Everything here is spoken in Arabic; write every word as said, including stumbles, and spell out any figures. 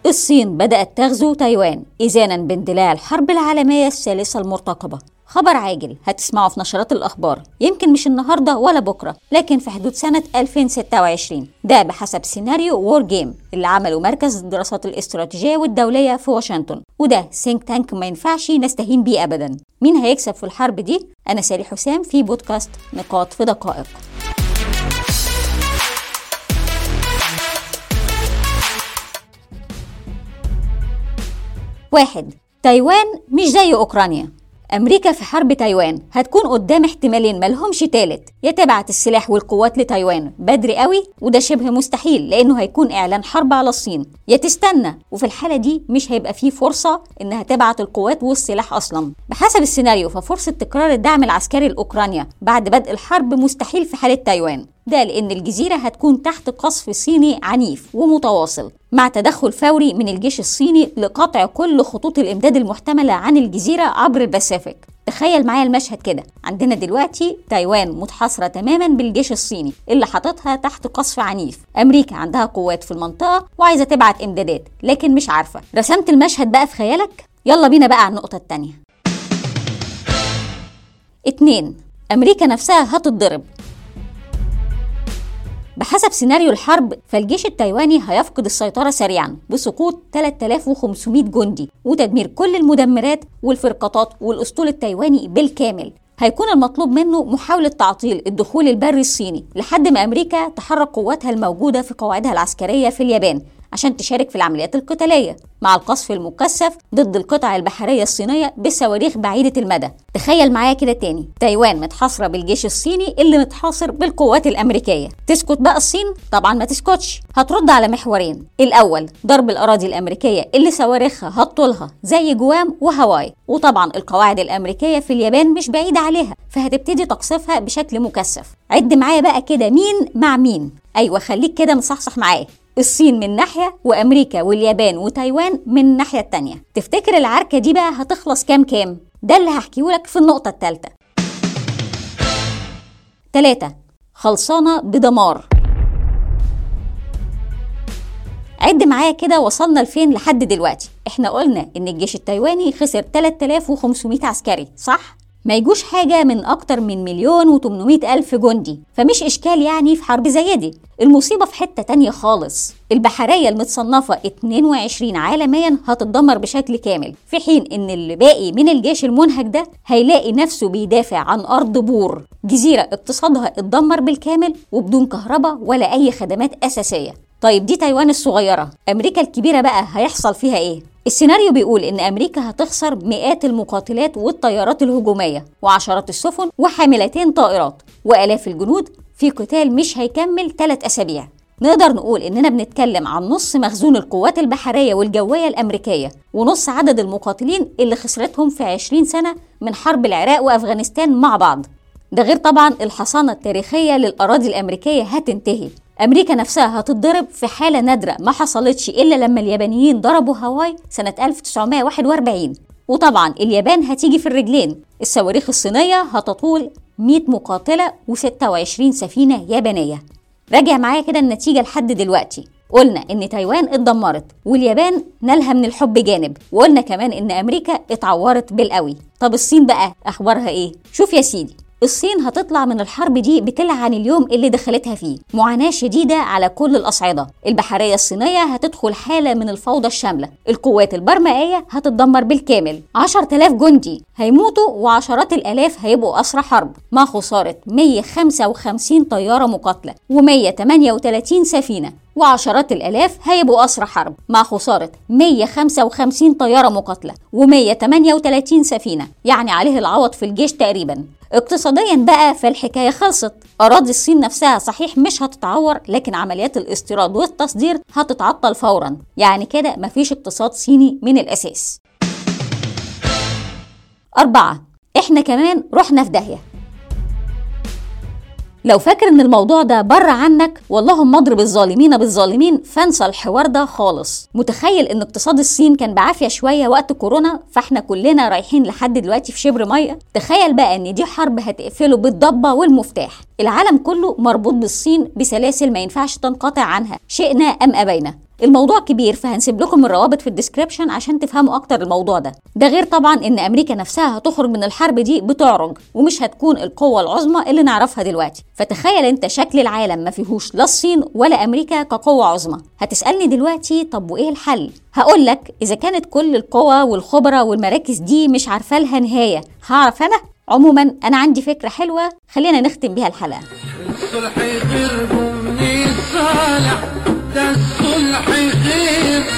الصين بدأت تغزو تايوان إذانا باندلاع الحرب العالمية الثالثة المرتقبة. خبر عاجل هتسمعه في نشرات الأخبار، يمكن مش النهاردة ولا بكرة، لكن في حدود سنة ألفين وستة وعشرين، ده بحسب سيناريو وور جيم اللي عمله مركز الدراسات الاستراتيجية والدولية في واشنطن، وده سينك تانك ما ينفعش نستهين بيه أبدا. مين هيكسب في الحرب دي؟ أنا سالي حسام في بودكاست نقاط في دقائق. واحد، تايوان مش زي أوكرانيا. أمريكا في حرب تايوان هتكون قدام احتمالين ملهمش تالت، يا تبعت السلاح والقوات لتايوان بدري قوي وده شبه مستحيل لأنه هيكون إعلان حرب على الصين، يا تستنى وفي الحالة دي مش هيبقى فيه فرصة إنها تبعت القوات والسلاح أصلا. بحسب السيناريو ففرصة تكرار الدعم العسكري لأوكرانيا بعد بدء الحرب مستحيل في حالة تايوان، ده لأن الجزيرة هتكون تحت قصف صيني عنيف ومتواصل مع تدخل فوري من الجيش الصيني لقطع كل خطوط الإمداد المحتملة عن الجزيرة عبر الباسيفيك. تخيل معايا المشهد كده، عندنا دلوقتي تايوان متحاصرة تماما بالجيش الصيني اللي حاططها تحت قصف عنيف، أمريكا عندها قوات في المنطقة وعايزة تبعت إمدادات لكن مش عارفة. رسمت المشهد بقى في خيالك؟ يلا بينا بقى على النقطة التانية. اتنين، أمريكا نفسها هتتضرب. بحسب سيناريو الحرب فالجيش التايواني هيفقد السيطرة سريعا بسقوط ثلاثة آلاف وخمسمائة جندي وتدمير كل المدمرات والفرقاطات والأسطول التايواني بالكامل. هيكون المطلوب منه محاولة تعطيل الدخول البري الصيني لحد ما أمريكا تحرك قواتها الموجودة في قواعدها العسكرية في اليابان عشان تشارك في العمليات القتالية مع القصف المكثف ضد القطع البحرية الصينية بصواريخ بعيدة المدى. تخيل معايا كده تاني، تايوان متحاصرة بالجيش الصيني اللي متحاصر بالقوات الأمريكية. تسكت بقى الصين؟ طبعا ما تسكتش، هترد على محورين. الأول ضرب الأراضي الأمريكية اللي صواريخها هتطولها زي جوام وهاواي، وطبعا القواعد الأمريكية في اليابان مش بعيدة عليها فهتبتدي تقصفها بشكل مكثف. عد معايا بقى كده مين مع مين. أيوة خليك كده مصحصح معايا، الصين من ناحية وأمريكا واليابان وتايوان من الناحية التانية. تفتكر العركة دي بقى هتخلص كام كام؟ ده اللي هحكيهولك في النقطة الثالثة. ثلاثة، خلصانة بدمار. عد معايا كده وصلنا لفين لحد دلوقتي. احنا قلنا ان الجيش التايواني خسر ثلاثة آلاف وخمسمائة عسكري، صح؟ ما يجوش حاجة من أكتر من مليون وتمنمائة ألف جندي، فمش إشكال يعني في حرب زي دي. المصيبة في حتة تانية خالص، البحرية المتصنفة اتنين وعشرين عالميا هتتدمر بشكل كامل، في حين إن اللي باقي من الجيش المنهك ده هيلاقي نفسه بيدافع عن أرض بور، جزيرة اقتصادها اتدمر بالكامل وبدون كهرباء ولا أي خدمات أساسية. طيب دي تايوان الصغيرة، أمريكا الكبيرة بقى هيحصل فيها إيه؟ السيناريو بيقول إن أمريكا هتخسر مئات المقاتلات والطيارات الهجومية وعشرات السفن وحاملتين طائرات وآلاف الجنود في قتال مش هيكمل ثلاث أسابيع. نقدر نقول إننا بنتكلم عن نص مخزون القوات البحرية والجوية الأمريكية ونص عدد المقاتلين اللي خسرتهم في عشرين سنة من حرب العراق وأفغانستان مع بعض. ده غير طبعا الحصانة التاريخية للأراضي الأمريكية هتنتهي. أمريكا نفسها هتتضرب في حالة نادرة ما حصلتش إلا لما اليابانيين ضربوا هاواي سنة ألف وتسعمائة وواحد وأربعين. وطبعا اليابان هتيجي في الرجلين، الصواريخ الصينية هتطول مئة مقاتلة وستة وعشرين سفينة يابانية. راجع معايا كده النتيجة لحد دلوقتي. قلنا إن تايوان اتدمرت واليابان نالها من الحب جانب، وقلنا كمان إن أمريكا اتعورت بالقوي. طب الصين بقى أخبارها إيه؟ شوف يا سيدي، الصين هتطلع من الحرب دي بتلعن اليوم اللي دخلتها فيه، معاناة شديدة على كل الأصعدة. البحرية الصينية هتدخل حالة من الفوضى الشاملة، القوات البرمائية هتتدمر بالكامل، عشرة آلاف جندي هيموتوا وعشرات الآلاف هيبقوا أسرى حرب مع خسارة مئة وخمسة وخمسين طيارة مقاتلة ومئة وثمانية وثلاثين سفينة، وعشرات الآلاف هيبقوا أسرى حرب مع خسارة مئة وخمسة وخمسين طيارة مقاتلة ومئة وثمانية وثلاثين سفينة، يعني عليه العوض في الجيش تقريبا. اقتصاديا بقى فالحكاية خلصت، أراضي الصين نفسها صحيح مش هتتعور لكن عمليات الاستيراد والتصدير هتتعطل فورا، يعني كده مفيش اقتصاد صيني من الأساس. أربعة، احنا كمان رحنا في داهية. لو فاكر ان الموضوع ده بره عنك واللهم اضرب الظالمين بالظالمين فانسى الحوار ده خالص. متخيل ان اقتصاد الصين كان بعافية شوية وقت كورونا فاحنا كلنا رايحين لحد دلوقتي في شبر مية؟ تخيل بقى ان دي حرب هتقفله بالضبة والمفتاح. العالم كله مربوط بالصين بسلاسل ما ينفعش تنقطع عنها شئنا ام ابينا، الموضوع كبير، فهنسيب لكم الروابط في الديسكريبشن عشان تفهموا اكتر الموضوع ده. ده غير طبعا ان امريكا نفسها هتخرج من الحرب دي بتعرج، ومش هتكون القوة العظمى اللي نعرفها دلوقتي. فتخيل انت شكل العالم ما فيهوش لا الصين ولا امريكا كقوة عظمى. هتسألني دلوقتي طب وايه الحل؟ هقول لك اذا كانت كل القوى والخبراء والمراكز دي مش عارفه لها نهاية، هعرف انا؟ عموما انا عندي فكرة حلوة خلينا نختم بيها الحلقة. الصلح خير بني صالح، ده الصلح خير